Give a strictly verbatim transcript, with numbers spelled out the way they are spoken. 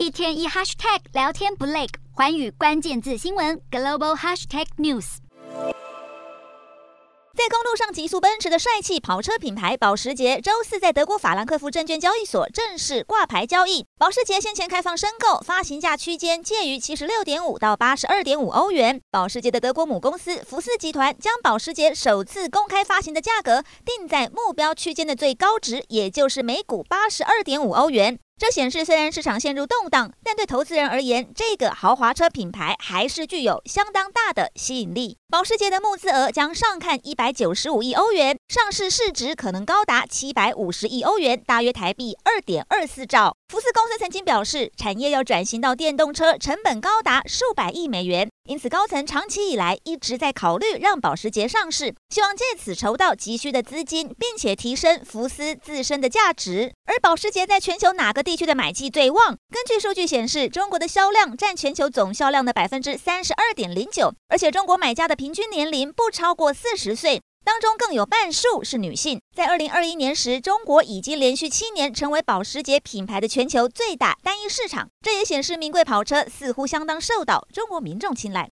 一天一 hashtag 聊天不累，寰宇关键字新闻 global hashtag news。 在公路上极速奔驰的帅气跑车品牌保时捷，周四在德国法兰克福证券交易所正式挂牌交易。保时捷先前开放申购，发行价区间介于七十六点五到八十二点五欧元。保时捷的德国母公司福斯集团将保时捷首次公开发行的价格定在目标区间的最高值，也就是每股八十二点五欧元。这显示，虽然市场陷入动荡，但对投资人而言，这个豪华车品牌还是具有相当大的吸引力。保时捷的募资额将上看一百九十五亿欧元，上市市值可能高达七百五十亿欧元，大约台币二点二四兆。福斯公司曾经表示，产业要转型到电动车，成本高达数百亿美元，因此高层长期以来一直在考虑让保时捷上市，希望借此筹到急需的资金，并且提升福斯自身的价值。而保时捷在全球哪个地区的买气最旺？根据数据显示，中国的销量占全球总销量的百分之三十二点零九，而且中国买家的平均年龄不超过四十岁。当中更有半数是女性。在二零二一年时，中国已经连续七年成为保时捷品牌的全球最大单一市场，这也显示名贵跑车似乎相当受到中国民众青睐。